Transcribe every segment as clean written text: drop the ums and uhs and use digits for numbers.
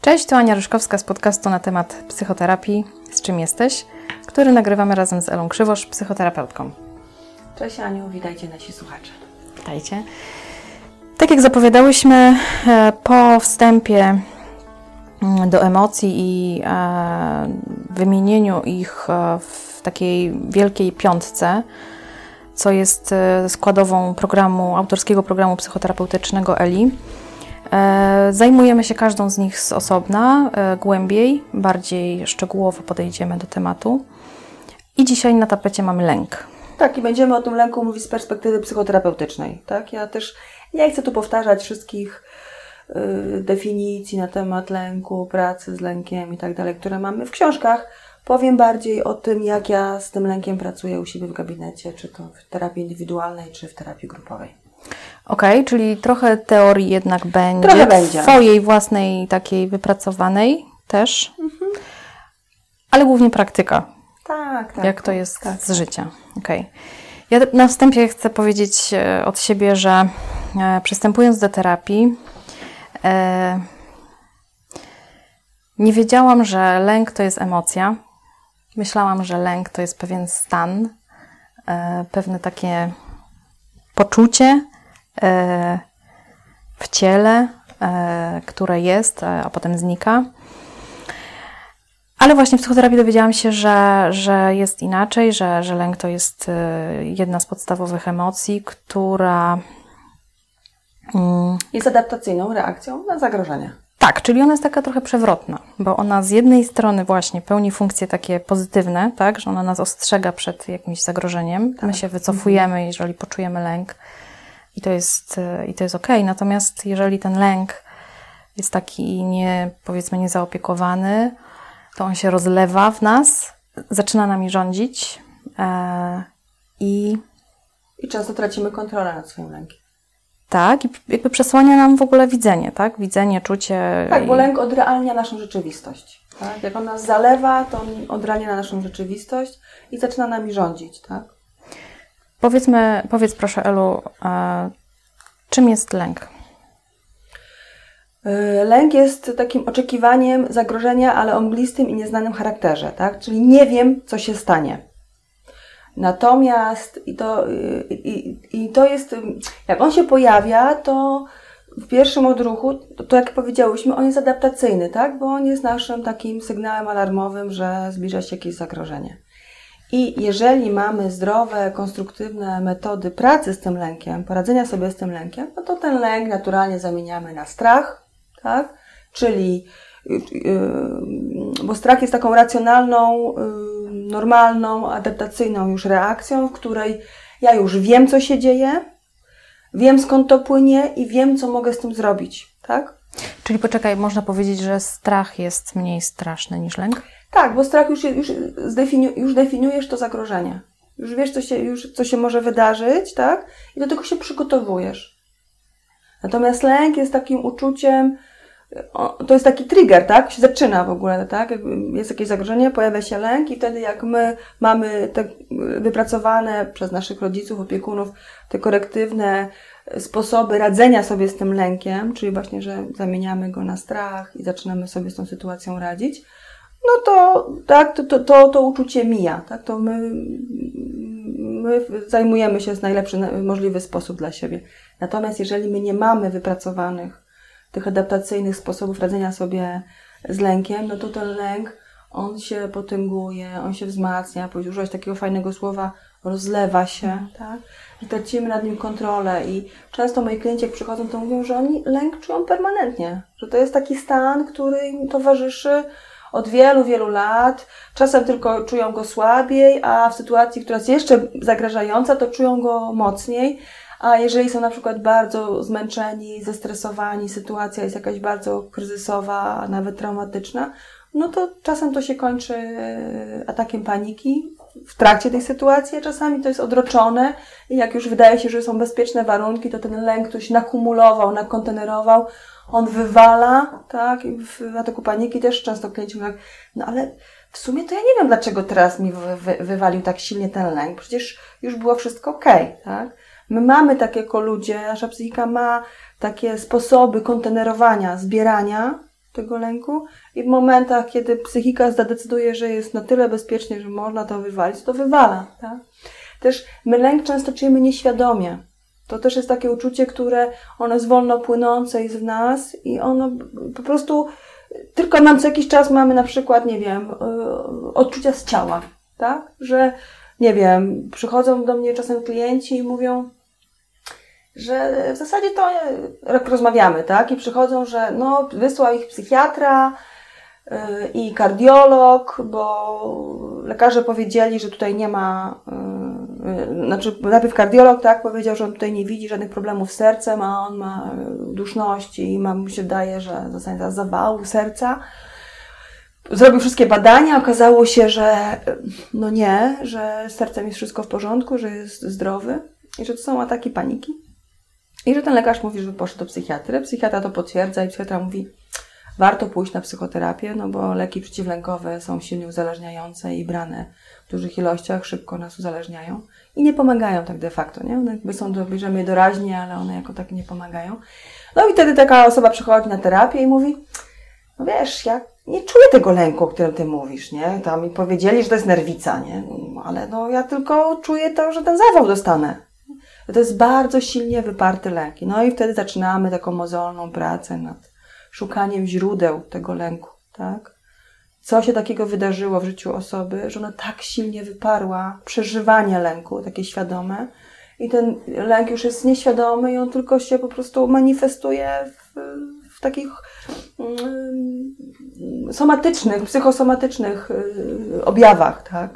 Cześć, tu Ania Ryszkowska z podcastu na temat psychoterapii Z czym jesteś?, który nagrywamy razem z Elą Krzywosz, psychoterapeutką. Cześć Aniu, witajcie nasi słuchacze. Witajcie. Tak jak zapowiadałyśmy po wstępie do emocji i wymienieniu ich w takiej wielkiej piątce, co jest składową autorskiego programu psychoterapeutycznego Eli, zajmujemy się każdą z nich z osobna, głębiej, bardziej szczegółowo podejdziemy do tematu. I dzisiaj na tapecie mamy lęk. Tak, i będziemy o tym lęku mówić z perspektywy psychoterapeutycznej. Tak? Ja też nie chcę tu powtarzać wszystkich definicji na temat lęku, pracy z lękiem i tak dalej, które mamy w książkach. Powiem bardziej o tym, jak ja z tym lękiem pracuję u siebie w gabinecie, czy to w terapii indywidualnej, czy w terapii grupowej. Okej, czyli trochę teorii jednak będzie. Twojej własnej takiej wypracowanej też, ale głównie praktyka. Tak. Jak to jest z życia. Okej. Ja na wstępie chcę powiedzieć od siebie, że przystępując do terapii nie wiedziałam, że lęk to jest emocja. Myślałam, że lęk to jest pewien stan, pewne takie poczucie w ciele, które jest, a potem znika. Ale właśnie w psychoterapii dowiedziałam się, że jest inaczej, że lęk to jest jedna z podstawowych emocji, która jest adaptacyjną reakcją na zagrożenia. Tak, czyli ona jest taka trochę przewrotna, bo ona z jednej strony właśnie pełni funkcje takie pozytywne, tak, że ona nas ostrzega przed jakimś zagrożeniem. Tak. My się wycofujemy, jeżeli poczujemy lęk i to jest okej. Natomiast jeżeli ten lęk jest taki powiedzmy niezaopiekowany, to on się rozlewa w nas, zaczyna nami rządzić i często tracimy kontrolę nad swoim lękiem. Tak, i jakby przesłania nam w ogóle widzenie, tak? Widzenie, czucie. Tak, bo lęk odrealnia naszą rzeczywistość. Tak? Jak on nas zalewa, to on odrealnia naszą rzeczywistość i zaczyna nami rządzić, tak? Powiedz proszę Elu, czym jest lęk? Lęk jest takim oczekiwaniem zagrożenia, ale o mglistym i nieznanym charakterze, tak? Czyli nie wiem, co się stanie. Natomiast to jest, jak on się pojawia, to w pierwszym odruchu, to jak powiedziałyśmy, on jest adaptacyjny, tak? Bo on jest naszym takim sygnałem alarmowym, że zbliża się jakieś zagrożenie. I jeżeli mamy zdrowe, konstruktywne metody pracy z tym lękiem, poradzenia sobie z tym lękiem, no to ten lęk naturalnie zamieniamy na strach, tak? Czyli, bo strach jest taką racjonalną, normalną, adaptacyjną już reakcją, w której ja już wiem, co się dzieje, wiem, skąd to płynie i wiem, co mogę z tym zrobić, tak? Czyli poczekaj, można powiedzieć, że strach jest mniej straszny niż lęk? Tak, bo strach już definiujesz to zagrożenie. Już wiesz, co się może wydarzyć, tak? I do tego się przygotowujesz. Natomiast lęk jest takim uczuciem, to jest taki trigger, tak? Się zaczyna w ogóle, tak? Jest jakieś zagrożenie, pojawia się lęk i wtedy jak my mamy te wypracowane przez naszych rodziców, opiekunów te korektywne sposoby radzenia sobie z tym lękiem, czyli właśnie, że zamieniamy go na strach i zaczynamy sobie z tą sytuacją radzić, no to tak, to uczucie mija, tak? To my zajmujemy się w najlepszy możliwy sposób dla siebie. Natomiast jeżeli my nie mamy wypracowanych tych adaptacyjnych sposobów radzenia sobie z lękiem, no to ten lęk, on się potęguje, on się wzmacnia, użyłaś takiego fajnego słowa, rozlewa się, tak? I tracimy nad nim kontrolę i często moi klienci, jak przychodzą, to mówią, że oni lęk czują permanentnie, że to jest taki stan, który im towarzyszy od wielu, wielu lat, czasem tylko czują go słabiej, a w sytuacji, która jest jeszcze zagrażająca, to czują go mocniej. A jeżeli są na przykład bardzo zmęczeni, zestresowani, sytuacja jest jakaś bardzo kryzysowa, a nawet traumatyczna, no to czasem to się kończy atakiem paniki w trakcie tej sytuacji, a czasami to jest odroczone i jak już wydaje się, że są bezpieczne warunki, to ten lęk ktoś nakumulował, nakontenerował, on wywala, tak? I w ataku paniki też często klienci mówią, no ale w sumie to ja nie wiem, dlaczego teraz mi wywalił tak silnie ten lęk, przecież już było wszystko okej, tak? My mamy takie jako ludzie, nasza psychika ma takie sposoby kontenerowania, zbierania tego lęku i w momentach, kiedy psychika zadecyduje, że jest na tyle bezpiecznie, że można to wywalić, to wywala. Tak? Też my lęk często czujemy nieświadomie. To też jest takie uczucie, które ono jest wolno płynące jest w nas i ono po prostu tylko nam co jakiś czas mamy na przykład, nie wiem, odczucia z ciała, tak? Że, nie wiem, przychodzą do mnie czasem klienci i mówią, że w zasadzie to jak rozmawiamy, tak? I przychodzą, że no wysłał ich psychiatra i kardiolog, bo lekarze powiedzieli, że tutaj nie ma, znaczy najpierw kardiolog tak powiedział, że on tutaj nie widzi żadnych problemów z sercem, a on ma duszności i mu się wydaje, że zostanie zawału serca. Zrobił wszystkie badania, okazało się, że no nie, że z sercem jest wszystko w porządku, że jest zdrowy i że to są ataki paniki. I że ten lekarz mówi, że poszedł do psychiatry. Psychiatra to potwierdza i psychiatra mówi, warto pójść na psychoterapię, no bo leki przeciwlękowe są silnie uzależniające i brane w dużych ilościach szybko nas uzależniają i nie pomagają tak de facto, nie? One jakby są, bierzemy je doraźnie, ale one jako takie nie pomagają. No i wtedy taka osoba przychodzi na terapię i mówi, no wiesz, ja nie czuję tego lęku, o którym ty mówisz, nie? Tam mi powiedzieli, że to jest nerwica, nie? Ale no ja tylko czuję to, że ten zawał dostanę. To jest bardzo silnie wyparty lęk. No i wtedy zaczynamy taką mozolną pracę nad szukaniem źródeł tego lęku, tak? Co się takiego wydarzyło w życiu osoby, że ona tak silnie wyparła przeżywanie lęku, takie świadome, i ten lęk już jest nieświadomy i on tylko się po prostu manifestuje w takich somatycznych, psychosomatycznych objawach, tak?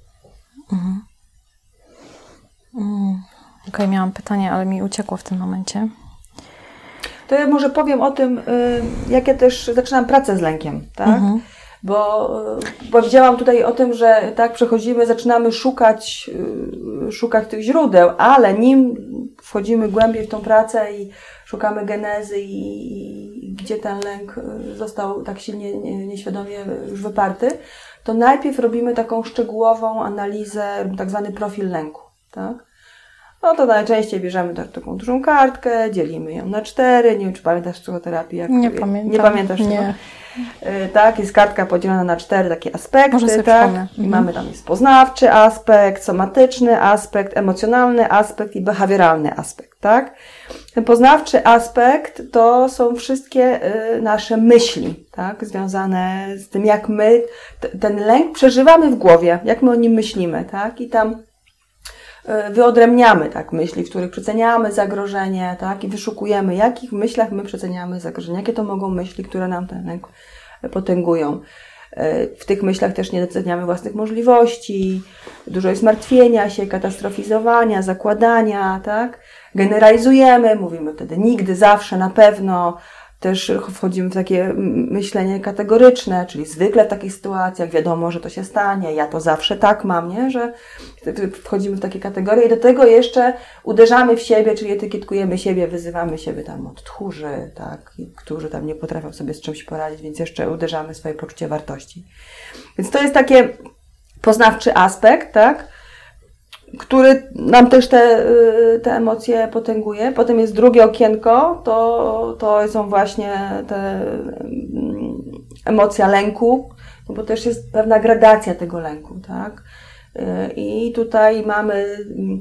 Okej, miałam pytanie, ale mi uciekło w tym momencie. To ja może powiem o tym, jak ja też zaczynam pracę z lękiem, tak? Bo powiedziałam tutaj o tym, że tak przechodzimy, zaczynamy szukać tych źródeł, ale nim wchodzimy głębiej w tą pracę i szukamy genezy i gdzie ten lęk został tak silnie nieświadomie już wyparty, to najpierw robimy taką szczegółową analizę, tak zwany profil lęku, tak? No to najczęściej bierzemy taką dużą kartkę, dzielimy ją na 4. Nie wiem, czy pamiętasz psychoterapii? Nie pamiętam. Nie pamiętasz tego? Nie. Tak, jest kartka podzielona na 4 takie aspekty. Może sobie tak? przypomnę. I mamy tam jest poznawczy aspekt, somatyczny aspekt, emocjonalny aspekt i behawioralny aspekt, tak? Ten poznawczy aspekt to są wszystkie nasze myśli, tak? Związane z tym, jak my ten lęk przeżywamy w głowie, jak my o nim myślimy, tak? I tam wyodrębniamy tak myśli, w których przeceniamy zagrożenie, tak? I wyszukujemy, jakich myślach my przeceniamy zagrożenie, jakie to mogą myśli, które nam ten lęk potęgują. W tych myślach też nie doceniamy własnych możliwości, dużo jest martwienia się, katastrofizowania, zakładania, tak? Generalizujemy, mówimy wtedy nigdy, zawsze, na pewno. Też wchodzimy w takie myślenie kategoryczne, czyli zwykle w takich sytuacjach wiadomo, że to się stanie, ja to zawsze tak mam, nie? Że wchodzimy w takie kategorie i do tego jeszcze uderzamy w siebie, czyli etykietkujemy siebie, wyzywamy siebie tam od tchórzy, tak? Którzy tam nie potrafią sobie z czymś poradzić, więc jeszcze uderzamy w swoje poczucie wartości. Więc to jest taki poznawczy aspekt, tak? Który nam też te emocje potęguje. Potem jest drugie okienko, to są właśnie te emocja lęku, no bo też jest pewna gradacja tego lęku, tak? I tutaj mamy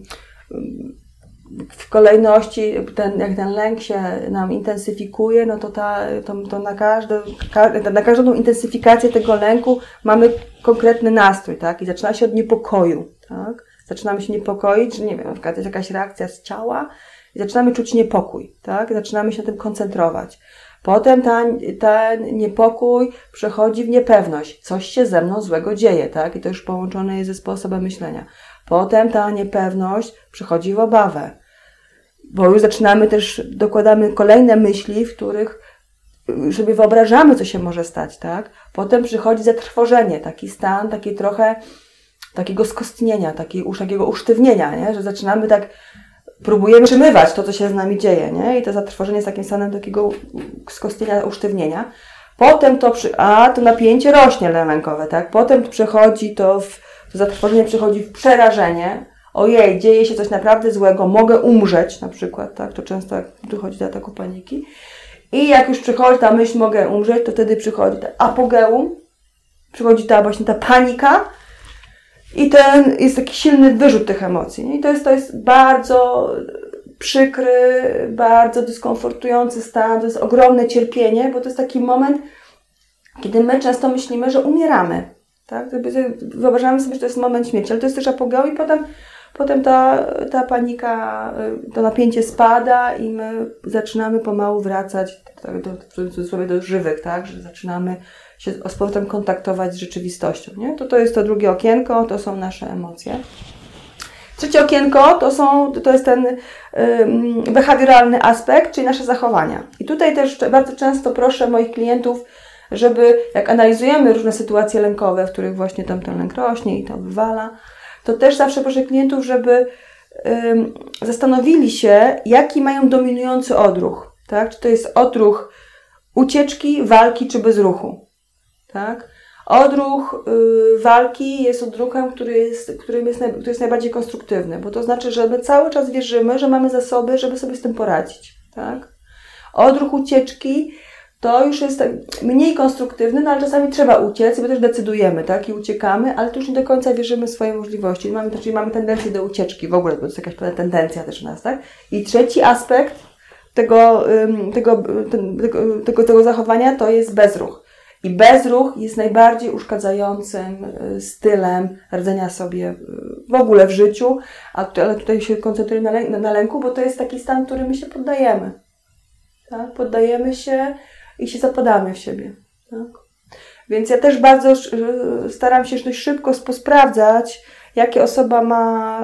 w kolejności, jak ten lęk się nam intensyfikuje, no to na każdą intensyfikację tego lęku mamy konkretny nastrój, tak? I zaczyna się od niepokoju, tak? Zaczynamy się niepokoić, że nie wiem, na przykład jest jakaś reakcja z ciała i zaczynamy czuć niepokój, tak? Zaczynamy się na tym koncentrować. Potem ten niepokój przechodzi w niepewność. Coś się ze mną złego dzieje, tak? I to już połączone jest ze sposobem myślenia. Potem ta niepewność przechodzi w obawę. Bo już zaczynamy też, dokładamy kolejne myśli, w których sobie wyobrażamy, co się może stać, tak? Potem przychodzi zatrwożenie, taki stan, taki trochę takiego skostnienia, takiego usztywnienia, nie? Że zaczynamy tak, próbujemy utrzymywać to, co się z nami dzieje, nie? I to zatrwożenie jest takim stanem takiego skostnienia, usztywnienia. Potem to napięcie rośnie lękowe, tak? Potem przechodzi to zatrwożenie przechodzi w przerażenie. Ojej, dzieje się coś naprawdę złego, mogę umrzeć na przykład, tak? To często jak dochodzi do ataku paniki. I jak już przychodzi ta myśl, mogę umrzeć, to wtedy przychodzi ta apogeum, przychodzi ta właśnie ta panika i ten jest taki silny wyrzut tych emocji. Nie? I to jest bardzo przykry, bardzo dyskomfortujący stan, to jest ogromne cierpienie, bo to jest taki moment, kiedy my często myślimy, że umieramy. Tak? Wyobrażamy sobie, że to jest moment śmierci, ale to jest też apogeum i potem ta panika, to napięcie spada i my zaczynamy pomału wracać do żywych, tak? Że zaczynamy się z powrotem kontaktować z rzeczywistością. Nie? To jest to drugie okienko, to są nasze emocje. Trzecie okienko to jest ten behawioralny aspekt, czyli nasze zachowania. I tutaj też bardzo często proszę moich klientów, żeby jak analizujemy różne sytuacje lękowe, w których właśnie tam ten lęk rośnie i to wywala, to też zawsze proszę klientów, żeby zastanowili się, jaki mają dominujący odruch. Tak? Czy to jest odruch ucieczki, walki czy bezruchu. Tak? Odruch walki jest odruchem, który jest najbardziej konstruktywny, bo to znaczy, że my cały czas wierzymy, że mamy zasoby, żeby sobie z tym poradzić. Tak? Odruch ucieczki to już jest tak mniej konstruktywny, no ale czasami trzeba uciec, bo też decydujemy, tak? I uciekamy, ale to już nie do końca wierzymy w swoje możliwości. Czyli mamy tendencję do ucieczki w ogóle, bo to jest jakaś pewna tendencja też u nas, tak? I trzeci aspekt tego zachowania to jest bezruch. I bezruch jest najbardziej uszkadzającym stylem radzenia sobie w ogóle w życiu, ale tutaj się koncentrujemy na lęku, bo to jest taki stan, w którym my się poddajemy. Tak? Poddajemy się i się zapadamy w siebie. Tak? Więc ja też bardzo staram się dość szybko posprawdzać, jakie osoba ma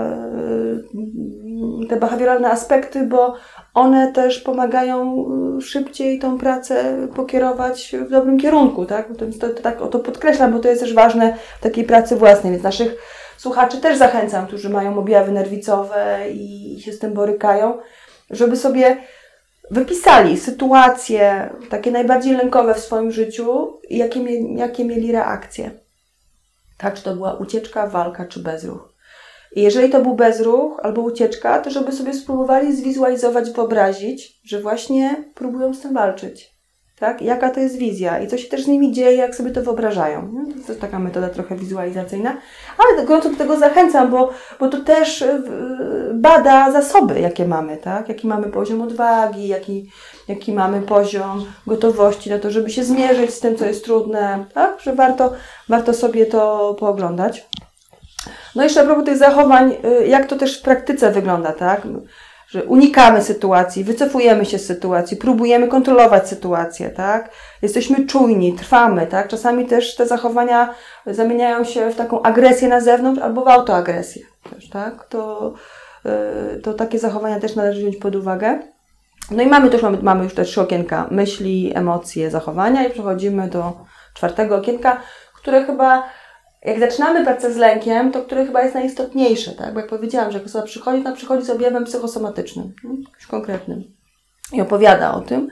te behawioralne aspekty, bo one też pomagają szybciej tą pracę pokierować w dobrym kierunku. Tak? To podkreślam, bo to jest też ważne w takiej pracy własnej, więc naszych słuchaczy też zachęcam, którzy mają objawy nerwicowe i się z tym borykają, żeby sobie wypisali sytuacje takie najbardziej lękowe w swoim życiu i jakie mieli reakcje. Tak, czy to była ucieczka, walka czy bezruch. I jeżeli to był bezruch albo ucieczka, to żeby sobie spróbowali zwizualizować, wyobrazić, że właśnie próbują z tym walczyć. Tak? Jaka to jest wizja i co się też z nimi dzieje, jak sobie to wyobrażają. No, to jest taka metoda trochę wizualizacyjna, ale gorąco do tego zachęcam, bo to też bada zasoby, jakie mamy, tak? Jaki mamy poziom odwagi, jaki mamy poziom gotowości na to, żeby się zmierzyć z tym, co jest trudne, tak? Że warto sobie to pooglądać. No jeszcze a propos tych zachowań, jak to też w praktyce wygląda, tak? Że unikamy sytuacji, wycofujemy się z sytuacji, próbujemy kontrolować sytuację, tak? Jesteśmy czujni, trwamy, tak? Czasami też te zachowania zamieniają się w taką agresję na zewnątrz albo w autoagresję też, tak? To takie zachowania też należy wziąć pod uwagę. No i mamy już te 3 okienka: myśli, emocje, zachowania i przechodzimy do 4 okienka, które chyba jak zaczynamy pracę z lękiem, to które chyba jest najistotniejsze, tak? Bo jak powiedziałam, że jak osoba przychodzi z objawem psychosomatycznym, jakimś konkretnym i opowiada o tym,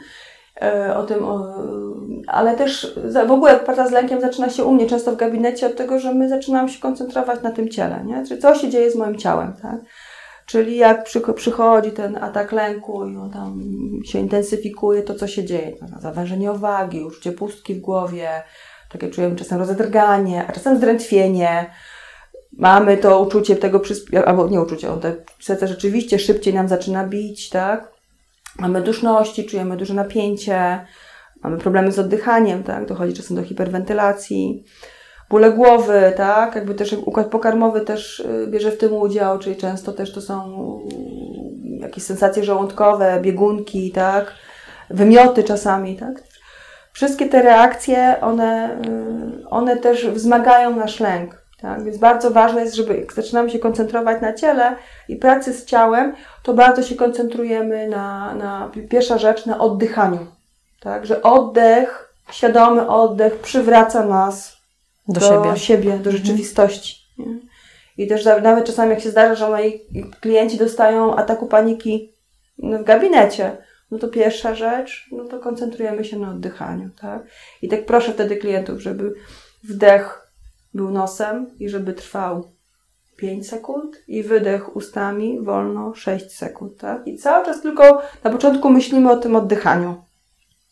ale też w ogóle praca z lękiem zaczyna się u mnie często w gabinecie od tego, że my zaczynamy się koncentrować na tym ciele, nie? Czyli co się dzieje z moim ciałem, tak? Czyli jak przychodzi ten atak lęku i on tam się intensyfikuje, to co się dzieje? Zawężenie uwagi, uczucie pustki w głowie, takie czujemy czasem rozedrganie, a czasem zdrętwienie. Mamy to uczucie tego albo nie uczucie, serce rzeczywiście szybciej nam zaczyna bić, tak? Mamy duszności, czujemy duże napięcie, mamy problemy z oddychaniem, tak? Dochodzi czasem do hiperwentylacji, bóle głowy, tak? Jakby też układ pokarmowy też bierze w tym udział, czyli często też to są jakieś sensacje żołądkowe, biegunki, tak? Wymioty czasami, tak? Wszystkie te reakcje, one też wzmagają nasz lęk. Tak? Więc bardzo ważne jest, żeby jak zaczynamy się koncentrować na ciele i pracy z ciałem, to bardzo się koncentrujemy na pierwsza rzecz, na oddychaniu. Tak? Że oddech, świadomy oddech przywraca nas do siebie, do rzeczywistości. Nie? I też nawet czasami jak się zdarza, że moi klienci dostają ataku paniki w gabinecie, no to pierwsza rzecz, no to koncentrujemy się na oddychaniu, tak? I tak proszę wtedy klientów, żeby wdech był nosem i żeby trwał 5 sekund i wydech ustami wolno 6 sekund, tak? I cały czas tylko na początku myślimy o tym oddychaniu.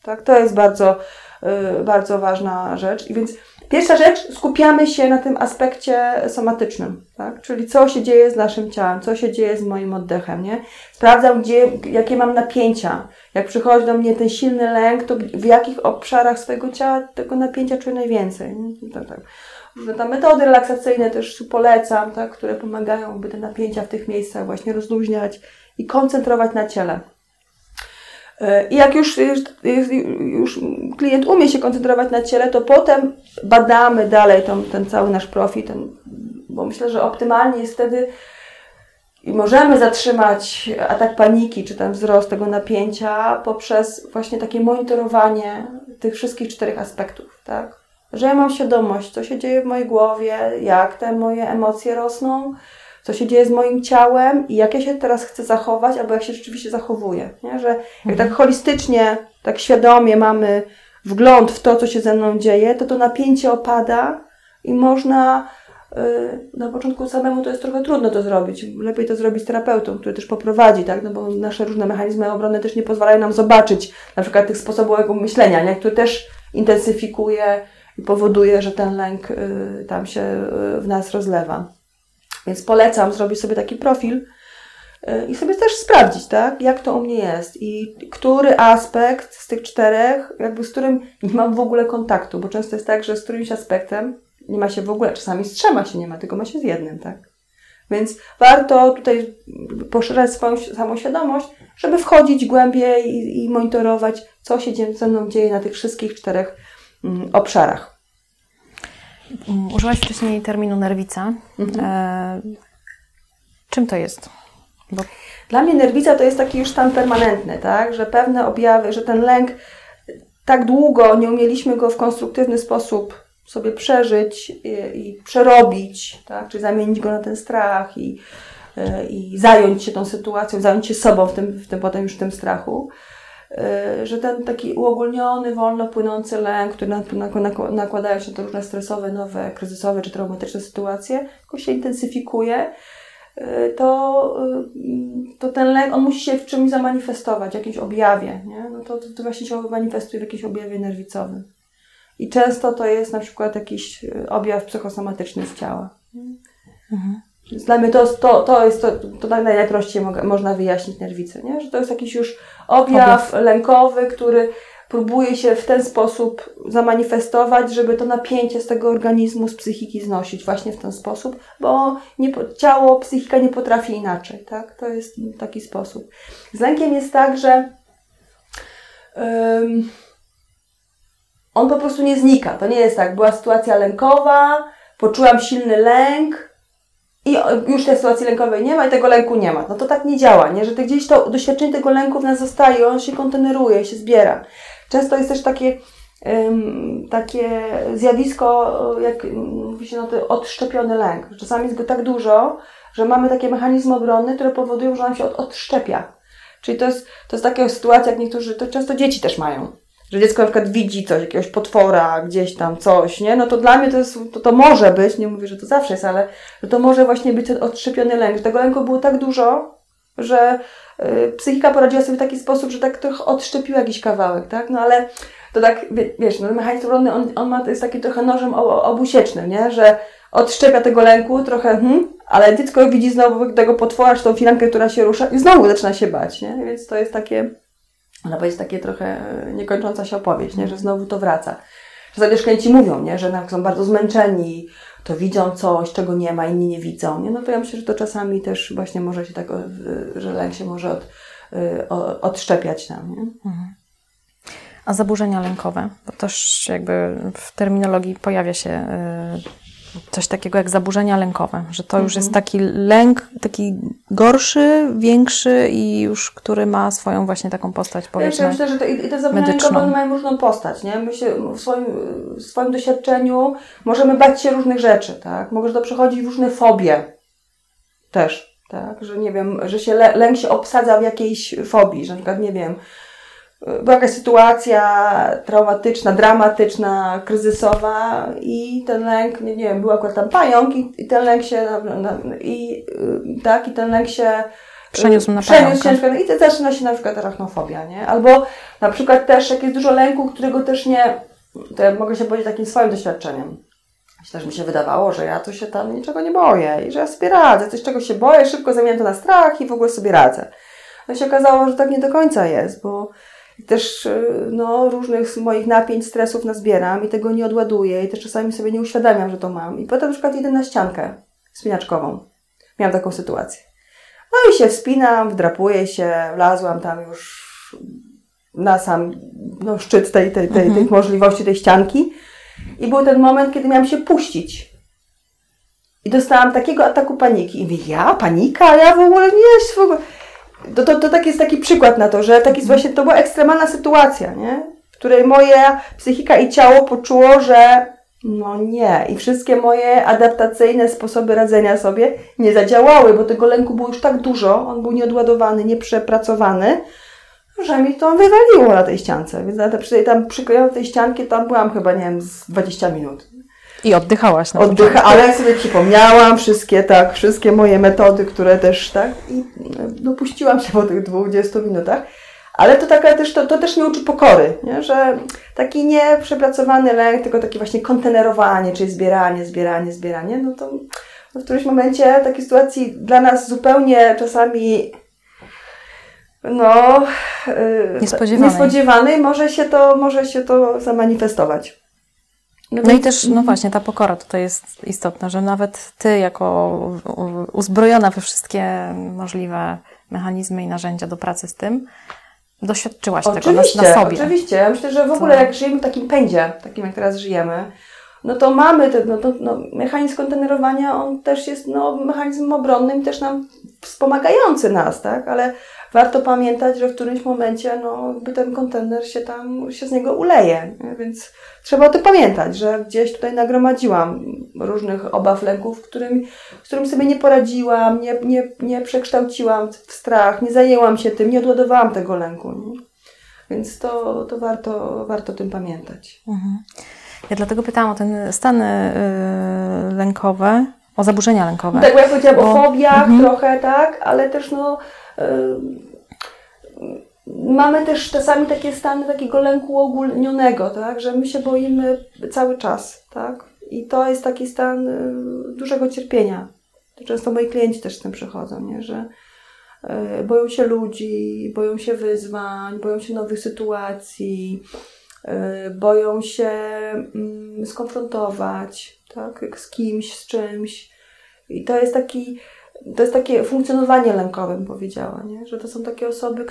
Tak? To jest bardzo, bardzo ważna rzecz. I więc pierwsza rzecz, skupiamy się na tym aspekcie somatycznym, tak? Czyli co się dzieje z naszym ciałem, co się dzieje z moim oddechem, nie? Sprawdzam, jakie mam napięcia. Jak przychodzi do mnie ten silny lęk, to w jakich obszarach swojego ciała tego napięcia czuję najwięcej. Nie? Tak. Różne tam metody relaksacyjne też polecam, tak? Które pomagają, by te napięcia w tych miejscach właśnie rozluźniać i koncentrować na ciele. I jak już klient umie się koncentrować na ciele, to potem badamy dalej ten cały nasz profil, bo myślę, że optymalnie jest wtedy i możemy zatrzymać atak paniki, czy ten wzrost tego napięcia poprzez właśnie takie monitorowanie tych wszystkich 4 aspektów, tak? Że ja mam świadomość, co się dzieje w mojej głowie, jak te moje emocje rosną, co się dzieje z moim ciałem i jak ja się teraz chcę zachować, albo jak się rzeczywiście zachowuję. Nie? Że jak tak holistycznie, tak świadomie mamy wgląd w to, co się ze mną dzieje, to napięcie opada i można, na początku samemu to jest trochę trudno to zrobić. Lepiej to zrobić z terapeutą, który też poprowadzi, tak? No bo nasze różne mechanizmy obronne też nie pozwalają nam zobaczyć na przykład tych sposobów myślenia, nie? Który też intensyfikuje i powoduje, że ten lęk tam się w nas rozlewa. Więc polecam zrobić sobie taki profil i sobie też sprawdzić, tak, jak to u mnie jest i który aspekt z tych 4, jakby z którym nie mam w ogóle kontaktu, bo często jest tak, że z którymś aspektem nie ma się w ogóle, czasami z 3 się nie ma, tylko ma się z 1, tak. Więc warto tutaj poszerzać swoją samoświadomość, żeby wchodzić głębiej i monitorować, co się ze mną dzieje na tych wszystkich 4 obszarach. Użyłaś wcześniej terminu nerwica. Czym to jest? Bo... Dla mnie nerwica to jest taki już stan permanentny, tak? Że pewne objawy, że ten lęk tak długo nie umieliśmy go w konstruktywny sposób sobie przeżyć i przerobić, tak? Czyli zamienić go na ten strach i zająć się tą sytuacją, zająć się sobą w tym potem już w tym strachu. Że ten taki uogólniony, wolno płynący lęk, który nakładają się te różne stresowe, nowe, kryzysowe czy traumatyczne sytuacje, jakoś się intensyfikuje, to ten lęk, on musi się w czymś zamanifestować, w jakimś objawie, nie? No to właśnie się manifestuje w jakimś objawie nerwicowym. I często to jest na przykład jakiś objaw psychosomatyczny z ciała. Więc dla mnie to jest najprościej można wyjaśnić nerwicę, nie? Że to jest jakiś już objaw lękowy, który próbuje się w ten sposób zamanifestować, żeby to napięcie z tego organizmu, z psychiki znosić właśnie w ten sposób, bo ciało, psychika nie potrafi inaczej, tak? To jest taki sposób. Z lękiem jest tak, że on po prostu nie znika. To nie jest tak, była sytuacja lękowa, poczułam silny lęk, i już tej sytuacji lękowej nie ma i tego lęku nie ma. No to tak nie działa, nie? Że gdzieś to doświadczenie tego lęku w nas zostaje, on się konteneruje, się zbiera. Często jest też takie zjawisko, jak mówi się odszczepiony lęk. Czasami jest go tak dużo, że mamy takie mechanizmy obronne, które powodują, że on się odszczepia. Czyli to jest taka sytuacja, jak niektórzy, to często dzieci też mają. Że dziecko na przykład widzi coś, jakiegoś potwora, gdzieś tam coś, nie? No to dla mnie to może być, nie mówię, że to zawsze jest, ale że to może właśnie być ten odszczepiony lęk. Że tego lęku było tak dużo, że psychika poradziła sobie w taki sposób, że tak trochę odszczepiła jakiś kawałek, tak? No ale to tak, wiesz, no mechanizm obronny, on jest taki trochę nożem obusiecznym, nie? Że odszczepia tego lęku trochę, ale dziecko widzi znowu tego potwora, czy tą firankę, która się rusza i znowu zaczyna się bać, nie? Więc to jest takie... Ona jest takie trochę niekończąca się opowieść, nie? Że znowu to wraca. Czasami też klienci mówią, nie? Że są bardzo zmęczeni, to widzą coś, czego nie ma, inni nie widzą. Nie? No to ja myślę, że to czasami też właśnie może się tak, że lęk się może odszczepiać nam. Nie? A zaburzenia lękowe? Bo też jakby w terminologii pojawia się coś takiego jak zaburzenia lękowe, że to już jest taki lęk, taki gorszy, większy i już, który ma swoją właśnie taką postać, powiedzmy, myślę, że i te zaburzenia lękowe mają różną postać, nie? My się w swoim doświadczeniu możemy bać się różnych rzeczy, tak? Może to przechodzić w różne fobie też, tak? Że nie wiem, że się lęk się obsadza w jakiejś fobii, że na przykład, nie wiem, była jakaś sytuacja traumatyczna, dramatyczna, kryzysowa i ten lęk, nie wiem, był akurat tam pająk i ten lęk się, i ten lęk się przeniósł na pająka. I to zaczyna się na przykład arachnofobia, nie? Albo na przykład też jak jest dużo lęku, którego też nie, to ja mogę się powiedzieć takim swoim doświadczeniem. Też mi się wydawało, że ja to się tam niczego nie boję i że ja sobie radzę. Coś, czego się boję, szybko zamieniam to na strach i w ogóle sobie radzę. No się okazało, że tak nie do końca jest, bo też różnych moich napięć, stresów nazbieram i tego nie odładuję i też czasami sobie nie uświadamiam, że to mam. I potem na przykład idę na ściankę wspinaczkową. Miałam taką sytuację. No i się wspinam, wdrapuję się, wlazłam tam już na sam szczyt tej możliwości, tej ścianki. I był ten moment, kiedy miałam się puścić. I dostałam takiego ataku paniki. I mówię, ja? Panika? Ja w ogóle nie... To tak jest taki przykład na to, że to była ekstremalna sytuacja, nie? W której moja psychika i ciało poczuło, że no nie. I wszystkie moje adaptacyjne sposoby radzenia sobie nie zadziałały, bo tego lęku było już tak dużo, on był nieodładowany, nieprzepracowany, że mi to wywaliło na tej ściance. Więc przyklejono tej ścianki, tam byłam chyba, nie wiem, z 20 minut. I oddychałaś na ale ja sobie przypomniałam wszystkie moje metody, które też, i puściłam się po tych 20 minutach. Ale to taka też, to też nie uczy pokory, nie? Że taki nieprzepracowany lęk, tylko takie właśnie kontenerowanie, czyli zbieranie, no to w którymś momencie takiej sytuacji dla nas zupełnie czasami niespodziewanej może się to zamanifestować. No i też, właśnie, ta pokora tutaj jest istotna, że nawet Ty jako uzbrojona we wszystkie możliwe mechanizmy i narzędzia do pracy z tym, doświadczyłaś tego na sobie. Oczywiście. Ja myślę, że w ogóle jak żyjemy w takim pędzie, takim jak teraz żyjemy, no to mamy mechanizm kontenerowania, on też jest mechanizmem obronnym, też nam wspomagający nas, tak? Ale warto pamiętać, że w którymś momencie ten kontener się z niego uleje, nie? Więc trzeba o tym pamiętać, że gdzieś tutaj nagromadziłam różnych obaw, lęków, z którym sobie nie poradziłam, nie przekształciłam w strach, nie zajęłam się tym, nie odładowałam tego lęku. Nie? Więc to warto o tym pamiętać. Mhm. Ja dlatego pytałam o te stany lękowe, o zaburzenia lękowe. Tak, bo ja powiedziałam o fobiach trochę, tak, ale też mamy też czasami takie stany takiego lęku uogólnionego, tak, że my się boimy cały czas, tak, i to jest taki stan dużego cierpienia. Często moi klienci też z tym przychodzą, nie, że boją się ludzi, boją się wyzwań, boją się nowych sytuacji, boją się skonfrontować, tak, z kimś, z czymś. I to jest takie funkcjonowanie lękowe, bym powiedziała, nie? Że to są takie osoby,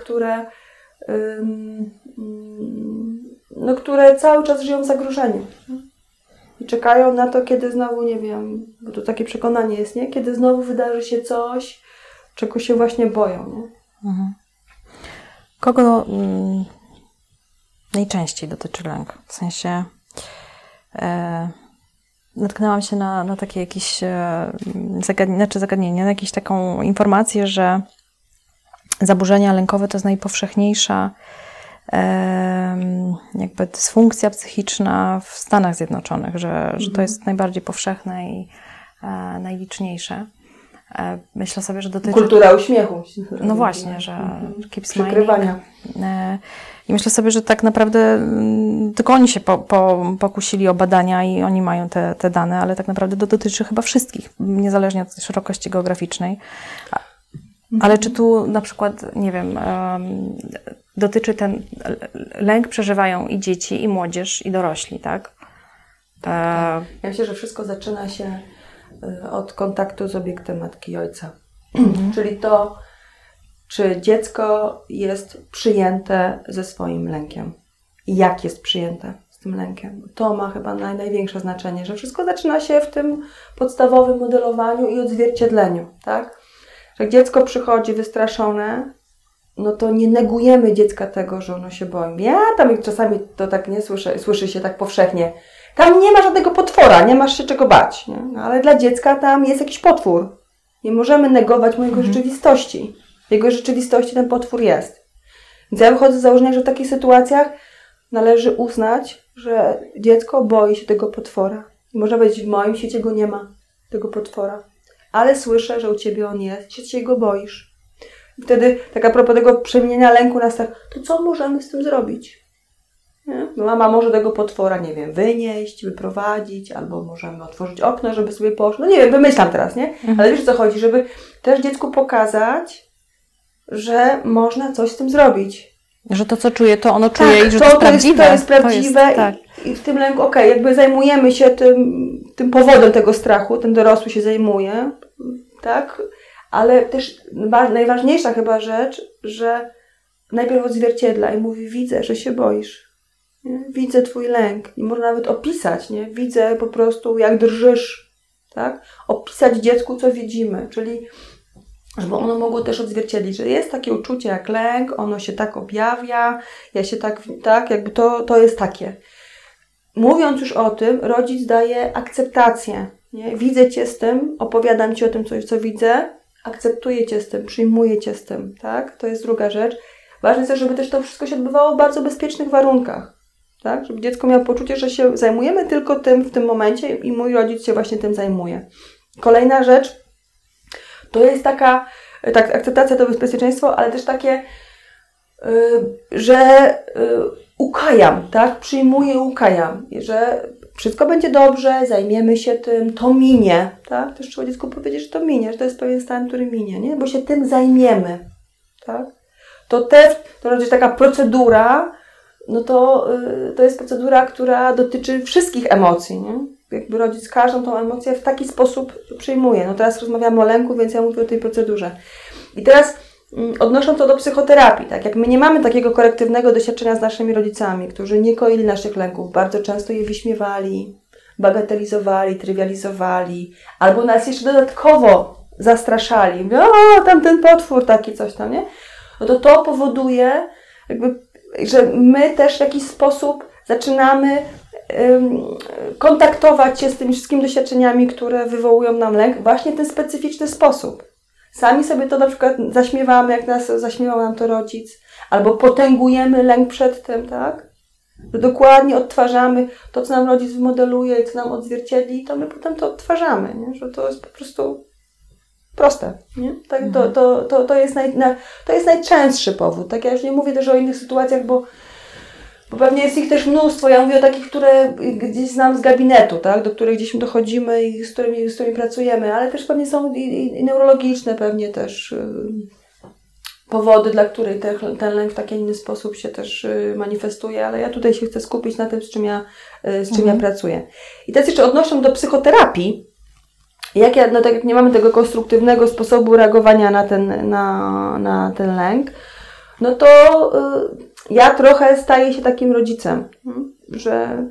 które cały czas żyją w zagrożeniu. I czekają na to, kiedy znowu, nie wiem, bo to takie przekonanie jest, nie? Kiedy znowu wydarzy się coś, czego się właśnie boją, nie? Mhm. Kogo najczęściej dotyczy lęk? W sensie natknęłam się na takie jakieś zagadnienie, na jakąś taką informację, że zaburzenia lękowe to jest najpowszechniejsza jakby dysfunkcja psychiczna w Stanach Zjednoczonych, że to jest najbardziej powszechne i najliczniejsze. Myślę sobie, że dotyczy... Kultura uśmiechu. No właśnie, że keep smiling. Przykrywania. I myślę sobie, że tak naprawdę tylko oni się pokusili o badania i oni mają te dane, ale tak naprawdę to dotyczy chyba wszystkich, niezależnie od szerokości geograficznej. Ale czy tu na przykład, nie wiem, dotyczy ten lęk przeżywają i dzieci, i młodzież, i dorośli, tak? Ja myślę, że wszystko zaczyna się od kontaktu z obiektem matki i ojca. Czyli to, czy dziecko jest przyjęte ze swoim lękiem i jak jest przyjęte z tym lękiem. To ma chyba największe znaczenie, że wszystko zaczyna się w tym podstawowym modelowaniu i odzwierciedleniu, tak? Że jak dziecko przychodzi wystraszone, no to nie negujemy dziecka tego, że ono się boi. Ja tam czasami to tak nie słyszy się tak powszechnie. Tam nie ma żadnego potwora, nie masz się czego bać. Nie? No, ale dla dziecka tam jest jakiś potwór. Nie możemy negować mojego rzeczywistości. W jego rzeczywistości ten potwór jest. Więc ja wychodzę z założenia, że w takich sytuacjach należy uznać, że dziecko boi się tego potwora. I może powiedzieć, w moim świecie go nie ma, tego potwora. Ale słyszę, że u Ciebie on jest, się go boisz. Wtedy, tak a propos tego przemieniania lęku na strach, to co możemy z tym zrobić? Nie? Mama może tego potwora, nie wiem, wynieść, wyprowadzić, albo możemy otworzyć okno, żeby sobie poszło. No nie wiem, wymyślam teraz, nie? Ale wiesz, o co chodzi? Żeby też dziecku pokazać, że można coś z tym zrobić. Że to, co czuje, to ono czuje i że to jest prawdziwe. To jest prawdziwe tak. i w tym lęku, jakby zajmujemy się tym powodem tego strachu, ten dorosły się zajmuje, tak? Ale też najważniejsza chyba rzecz, że najpierw odzwierciedla i mówi, widzę, że się boisz. Nie? Widzę twój lęk. I można nawet opisać, nie? Widzę po prostu, jak drżysz, tak? Opisać dziecku, co widzimy, czyli żeby ono mogło też odzwierciedlić, że jest takie uczucie jak lęk, ono się tak objawia, ja się tak, jakby to jest takie. Mówiąc już o tym, rodzic daje akceptację. Nie? Widzę cię z tym, opowiadam ci o tym, co widzę, akceptuję cię z tym, przyjmuję cię z tym, tak? To jest druga rzecz. Ważne jest, żeby też to wszystko się odbywało w bardzo bezpiecznych warunkach, tak? Żeby dziecko miało poczucie, że się zajmujemy tylko tym w tym momencie i mój rodzic się właśnie tym zajmuje. Kolejna rzecz, to jest taka akceptacja, to bezpieczeństwo, ale też takie, że ukajam, tak? Przyjmuję, ukajam, że wszystko będzie dobrze, zajmiemy się tym, to minie, tak? Też trzeba dziecku powiedzieć, że to minie, że to jest pewien stan, który minie, nie? Bo się tym zajmiemy, tak? To jest taka procedura, no to jest procedura, która dotyczy wszystkich emocji, nie? Jakby rodzic każdą tą emocję w taki sposób przyjmuje. No teraz rozmawiamy o lęku, więc ja mówię o tej procedurze. I teraz odnosząc to do psychoterapii, tak? Jak my nie mamy takiego korektywnego doświadczenia z naszymi rodzicami, którzy nie koili naszych lęków, bardzo często je wyśmiewali, bagatelizowali, trywializowali, albo nas jeszcze dodatkowo zastraszali. O, tam ten potwór taki, coś tam, nie? No to powoduje, jakby, że my też w jakiś sposób zaczynamy kontaktować się z tymi wszystkimi doświadczeniami, które wywołują nam lęk właśnie w ten specyficzny sposób. Sami sobie to na przykład zaśmiewamy, jak nas zaśmiewał nam to rodzic, albo potęgujemy lęk przed tym, tak? Że dokładnie odtwarzamy to, co nam rodzic wymodeluje i co nam odzwierciedli, to my potem to odtwarzamy, nie? Że to jest po prostu proste, nie? Tak, to jest najczęstszy powód. Tak, ja już nie mówię też o innych sytuacjach, bo pewnie jest ich też mnóstwo. Ja mówię o takich, które gdzieś znam z gabinetu, tak? Do których gdzieś dochodzimy i z którymi pracujemy, ale też pewnie są i neurologiczne pewnie też powody, dla których ten lęk w taki inny sposób się też manifestuje, ale ja tutaj się chcę skupić na tym, z czym ja pracuję. I teraz jeszcze odnosząc do psychoterapii, tak jak nie mamy tego konstruktywnego sposobu reagowania na ten lęk, no to ja trochę staję się takim rodzicem, że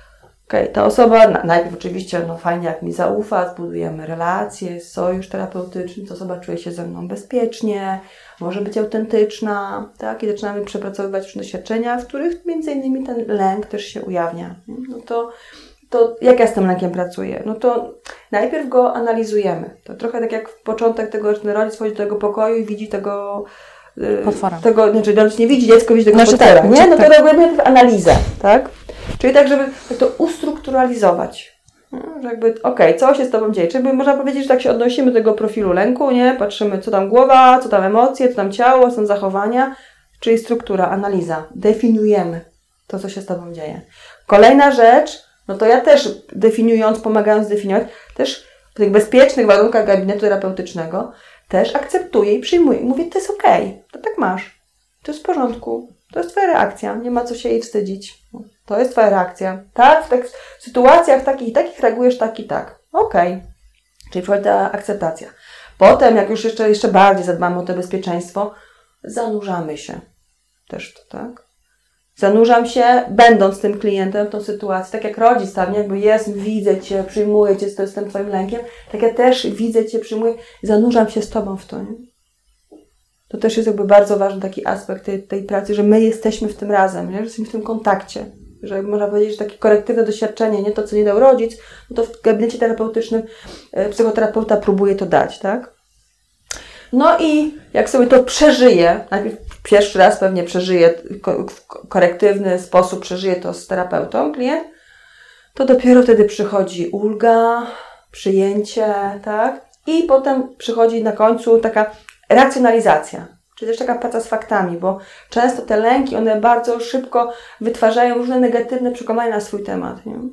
ta osoba, najpierw oczywiście, no fajnie jak mi zaufa, zbudujemy relacje, sojusz terapeutyczny, ta osoba czuje się ze mną bezpiecznie, może być autentyczna, tak? I zaczynamy przepracowywać różne doświadczenia, w których między innymi ten lęk też się ujawnia. No to jak ja z tym lękiem pracuję? No to najpierw go analizujemy. To trochę tak jak w początek tego, że ten rodzic wchodzi do tego pokoju i widzi tego potwora. Rodzic nie widzi, dziecko widzi tego potwora, tak, nie? No to robimy najpierw analizę, tak? Czyli tak, żeby to ustrukturalizować. Że jakby, co się z Tobą dzieje? Czyli można powiedzieć, że tak się odnosimy do tego profilu lęku, nie? Patrzymy, co tam głowa, co tam emocje, co tam ciało, co tam zachowania, czyli struktura, analiza. Definiujemy to, co się z Tobą dzieje. Kolejna rzecz, no to ja też definiując, pomagając definiować, też w tych bezpiecznych warunkach gabinetu terapeutycznego też akceptuję i przyjmuję. I mówię, to jest okej, to tak masz. To jest w porządku. To jest Twoja reakcja. Nie ma co się jej wstydzić. To jest Twoja reakcja. Tak? W sytuacjach takich i takich reagujesz tak i tak. Okej. Czyli wchodzi ta akceptacja. Potem, jak już jeszcze bardziej zadbamy o to bezpieczeństwo, zanurzamy się. Też to, tak? Zanurzam się, będąc tym klientem w tą sytuację. Tak jak rodzic tam, jakby widzę Cię, przyjmuję Cię z tym Twoim lękiem, tak ja też widzę Cię, przyjmuję, zanurzam się z Tobą w to. Nie? To też jest jakby bardzo ważny taki aspekt tej pracy, że my jesteśmy w tym razem, nie? Że jesteśmy w tym kontakcie. Że można powiedzieć, że takie korektywne doświadczenie, nie to, co nie dał rodzic, no to w gabinecie terapeutycznym psychoterapeuta próbuje to dać, tak? No i jak sobie to przeżyje, najpierw pierwszy raz pewnie przeżyje w korektywny sposób, przeżyje to z terapeutą klient, to dopiero wtedy przychodzi ulga, przyjęcie, tak? I potem przychodzi na końcu taka racjonalizacja. Czyli też taka praca z faktami, bo często te lęki, one bardzo szybko wytwarzają różne negatywne przekonania na swój temat. Nie?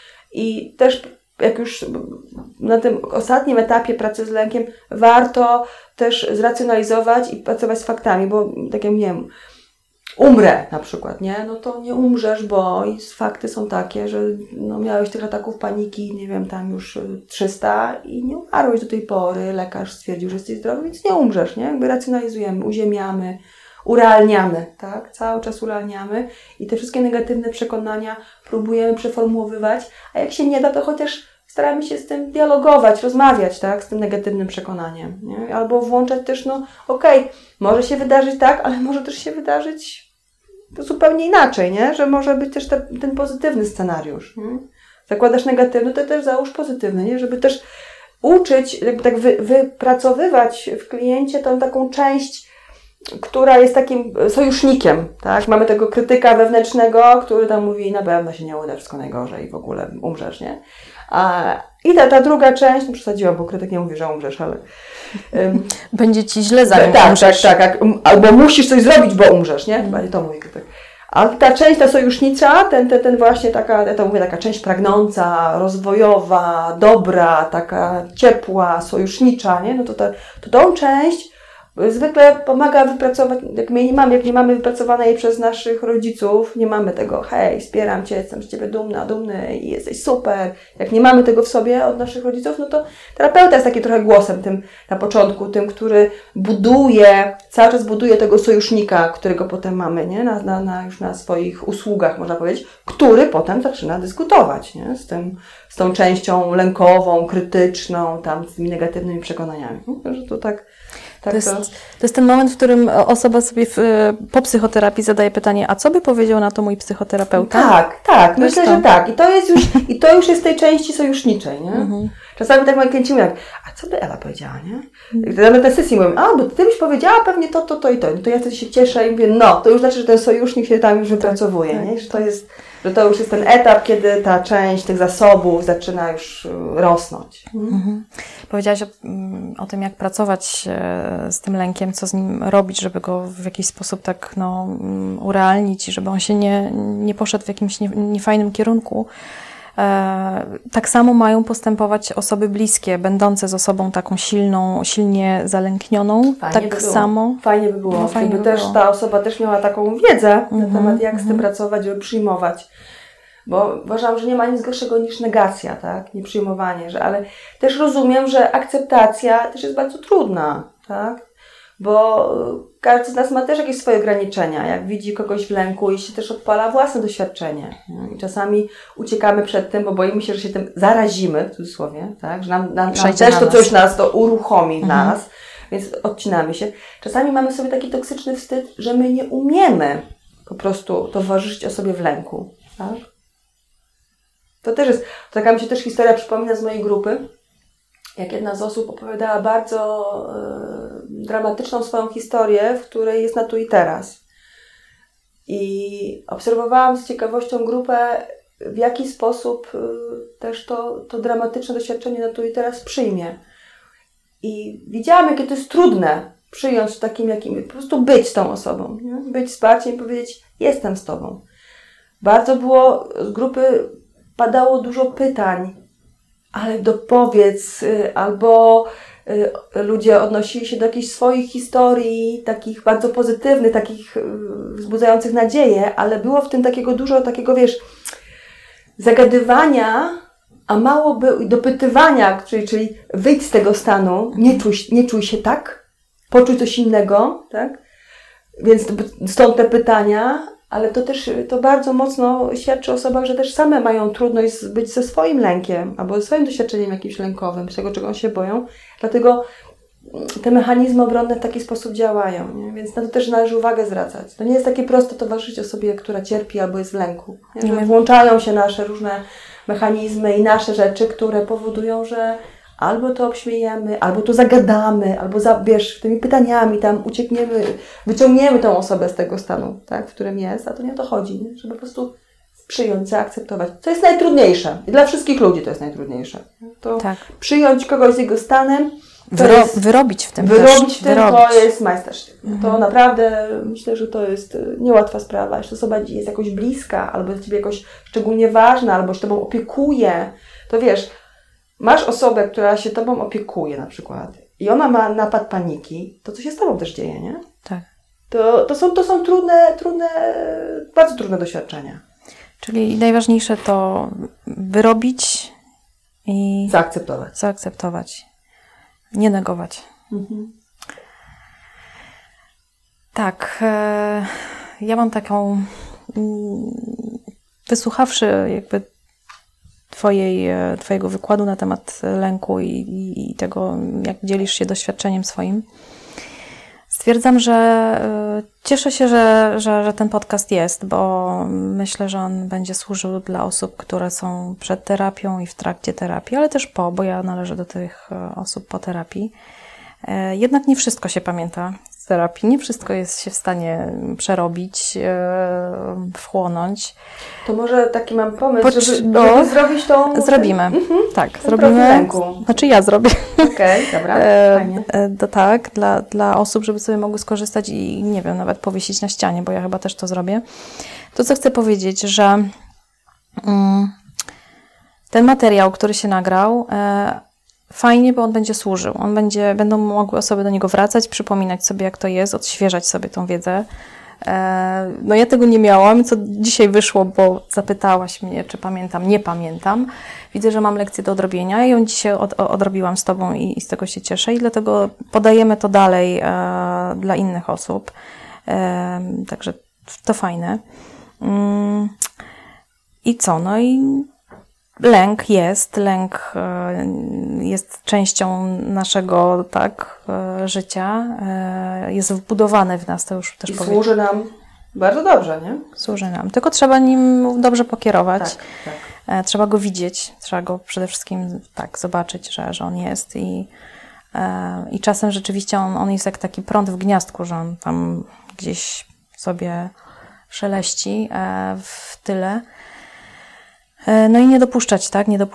I też jak już na tym ostatnim etapie pracy z lękiem, warto też zracjonalizować i pracować z faktami, bo tak jak nie wiem, umrę na przykład, nie? No to nie umrzesz, bo i fakty są takie, że no miałeś tych ataków paniki, nie wiem, tam już 300 i nie umarłeś do tej pory, lekarz stwierdził, że jesteś zdrowy, więc nie umrzesz, nie? Jakby racjonalizujemy, uziemiamy, urealniamy, tak? Cały czas urealniamy i te wszystkie negatywne przekonania próbujemy przeformułowywać, a jak się nie da, to chociaż staramy się z tym dialogować, rozmawiać, tak? Z tym negatywnym przekonaniem, nie? Albo włączać też, no okej, może się wydarzyć tak, ale może też się wydarzyć zupełnie inaczej, nie? Że może być też ten pozytywny scenariusz, nie? Zakładasz negatywny, to też załóż pozytywny, nie? Żeby też uczyć, jakby tak wypracowywać w kliencie tą taką część, która jest takim sojusznikiem, tak? Mamy tego krytyka wewnętrznego, który tam mówi, na pewno się nie uda, wszystko najgorzej i w ogóle umrzesz, nie? I ta druga część, no przesadziłam, bo krytyk nie mówi, że umrzesz, ale... Będzie ci źle zanim umrzesz. Tak. Albo musisz coś zrobić, bo umrzesz, nie? Chyba nie to mówi krytyk. A ta część, ta sojusznicza, ten właśnie taka, ja to mówię, taka część pragnąca, rozwojowa, dobra, taka ciepła, sojusznicza, nie? No to tą część zwykle pomaga wypracować, jak nie mamy wypracowanej przez naszych rodziców, nie mamy tego, hej, wspieram Cię, jestem z Ciebie dumny i jesteś super. Jak nie mamy tego w sobie od naszych rodziców, no to terapeuta jest taki trochę głosem tym na początku, tym, który cały czas buduje tego sojusznika, którego potem mamy, nie? Już na swoich usługach, można powiedzieć, który potem zaczyna dyskutować, nie? Z tą częścią lękową, krytyczną, tam z tymi negatywnymi przekonaniami. Że to tak... To jest ten moment, w którym osoba sobie po psychoterapii zadaje pytanie, a co by powiedział na to mój psychoterapeuta? Tak. Myślę, że tak. I to już jest tej części sojuszniczej, nie? Mhm. Czasami tak moje klienci mówią, a co by Ewa powiedziała, nie? Nawet na sesji mówią, bo ty byś powiedziała pewnie to i to. No to ja wtedy się cieszę i mówię, no, to już znaczy, że ten sojusznik się tam już wypracowuje, nie? Że to już jest ten etap, kiedy ta część tych zasobów zaczyna już rosnąć. Mhm. Powiedziałaś o tym, jak pracować z tym lękiem, co z nim robić, żeby go w jakiś sposób tak urealnić i żeby on się nie poszedł w jakimś niefajnym kierunku. Tak samo mają postępować osoby bliskie, będące z osobą taką silnie zalęknioną. Fajnie by było, żeby też ta osoba też miała taką wiedzę na temat, jak z tym pracować, żeby przyjmować. Bo uważam, że nie ma nic gorszego niż negacja, tak? Nieprzyjmowanie, ale też rozumiem, że akceptacja też jest bardzo trudna, tak? Bo każdy z nas ma też jakieś swoje ograniczenia. Jak widzi kogoś w lęku i się też odpala własne doświadczenie. I czasami uciekamy przed tym, bo boimy się, że się tym zarazimy, w cudzysłowie, tak? Że nam też to coś nas to uruchomi w nas, więc odcinamy się. Czasami mamy sobie taki toksyczny wstyd, że my nie umiemy po prostu towarzyszyć osobie w lęku, tak? To też jest, taka mi się też historia przypomina z mojej grupy, jak jedna z osób opowiadała bardzo dramatyczną swoją historię, w której jest na tu i teraz. I obserwowałam z ciekawością grupę, w jaki sposób też to dramatyczne doświadczenie na tu i teraz przyjmie. I widziałam, jakie to jest trudne przyjąć takim, jakim, po prostu być z tą osobą, nie? Być wsparciem i powiedzieć, jestem z tobą. Bardzo było z grupy padało dużo pytań, ale dopowiedz, albo ludzie odnosili się do jakichś swoich historii, takich bardzo pozytywnych, takich wzbudzających nadzieję, ale było w tym dużo takiego, zagadywania, a mało dopytywania, czyli wyjdź z tego stanu, nie czuj się tak, poczuj coś innego, tak? Więc stąd te pytania, ale to bardzo mocno świadczy o osobach, że też same mają trudność być ze swoim lękiem, albo ze swoim doświadczeniem jakimś lękowym, z tego, czego się boją. Dlatego te mechanizmy obronne w taki sposób działają, nie? Więc na to też należy uwagę zwracać. To nie jest takie proste towarzyszyć osobie, która cierpi albo jest w lęku. Nie? Że włączają się nasze różne mechanizmy i nasze rzeczy, które powodują, że albo to obśmiejemy, albo to zagadamy, albo tymi pytaniami tam uciekniemy, wyciągniemy tą osobę z tego stanu, tak, w którym jest, a to nie o to chodzi, nie? Żeby po prostu przyjąć, zaakceptować. To jest najtrudniejsze. I dla wszystkich ludzi to jest najtrudniejsze. To przyjąć kogoś z jego stanem Wyrobić w tym to jest majstersztyk. To naprawdę myślę, że to jest niełatwa sprawa. Jeśli osoba jest jakoś bliska, albo jest Ciebie jakoś szczególnie ważna, albo się Tobą opiekuje, to wiesz, masz osobę, która się Tobą opiekuje na przykład i ona ma napad paniki, to co się z Tobą też dzieje, nie? Tak. To są trudne, bardzo trudne doświadczenia. Czyli najważniejsze to wyrobić i zaakceptować. Nie negować. Tak. Ja mam taką... Wysłuchawszy jakby Twojego wykładu na temat lęku i tego, jak dzielisz się doświadczeniem swoim, stwierdzam, że cieszę się, że ten podcast jest, bo myślę, że on będzie służył dla osób, które są przed terapią i w trakcie terapii, ale też bo ja należę do tych osób po terapii. Jednak nie wszystko się pamięta z terapii, nie wszystko jest się w stanie przerobić, wchłonąć. To może taki mam pomysł, żeby zrobić tą... Zrobimy, tak, zrobimy. Znaczy ja zrobię. Okej, dobra, fajnie. Tak, dla osób, żeby sobie mogły skorzystać i nie wiem, nawet powiesić na ścianie, bo ja chyba też to zrobię. To, co chcę powiedzieć, że ten materiał, który się nagrał, fajnie, bo on będzie służył. Będą mogły osoby do niego wracać, przypominać sobie, jak to jest, odświeżać sobie tą wiedzę. No ja tego nie miałam, co dzisiaj wyszło, bo zapytałaś mnie, czy pamiętam. Nie pamiętam. Widzę, że mam lekcję do odrobienia. Ja ją dzisiaj odrobiłam z Tobą i z tego się cieszę i dlatego podajemy to dalej dla innych osób. Także to fajne. I co? No i lęk jest częścią naszego życia, jest wbudowany w nas, to już też powiem. Służy nam bardzo dobrze, nie? Służy nam, tylko trzeba nim dobrze pokierować. Tak. Trzeba go widzieć, trzeba go przede wszystkim zobaczyć, że on jest i czasem rzeczywiście on jest jak taki prąd w gniazdku, że on tam gdzieś sobie szeleści w tyle. No i nie dopuszczać,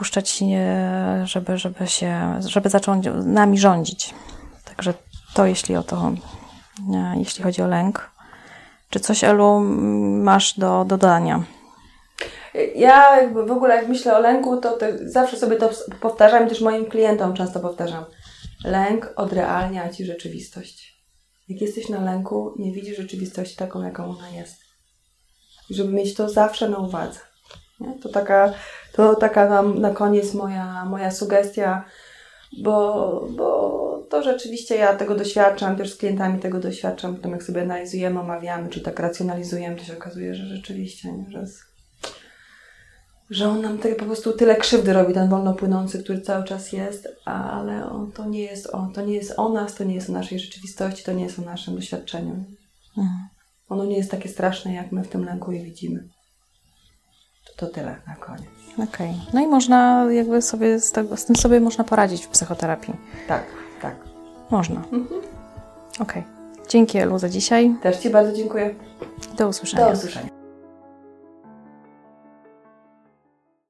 żeby zaczął nami rządzić. Także to jeśli chodzi o lęk. Czy coś, Elu, masz do dodania? Ja w ogóle jak myślę o lęku, to zawsze sobie to powtarzam i też moim klientom często powtarzam. Lęk odrealnia Ci rzeczywistość. Jak jesteś na lęku, nie widzisz rzeczywistości taką, jaką ona jest. I żeby mieć to zawsze na uwadze. Nie? To taka na koniec moja sugestia, bo to rzeczywiście ja tego doświadczam, też z klientami tego doświadczam, potem jak sobie analizujemy, omawiamy, czy tak racjonalizujemy, to się okazuje, że rzeczywiście, nie? Że on nam po prostu tyle krzywdy robi, ten wolno płynący, który cały czas jest, ale to nie jest o nas, to nie jest o naszej rzeczywistości, to nie jest o naszym doświadczeniu. Ono nie jest takie straszne, jak my w tym lęku je widzimy. To tyle na koniec. Okej. No i można jakby sobie z tym sobie można poradzić w psychoterapii. Tak. Można. Okej. Dzięki, Elu, za dzisiaj. Też Ci bardzo dziękuję. Do usłyszenia. Do usłyszenia.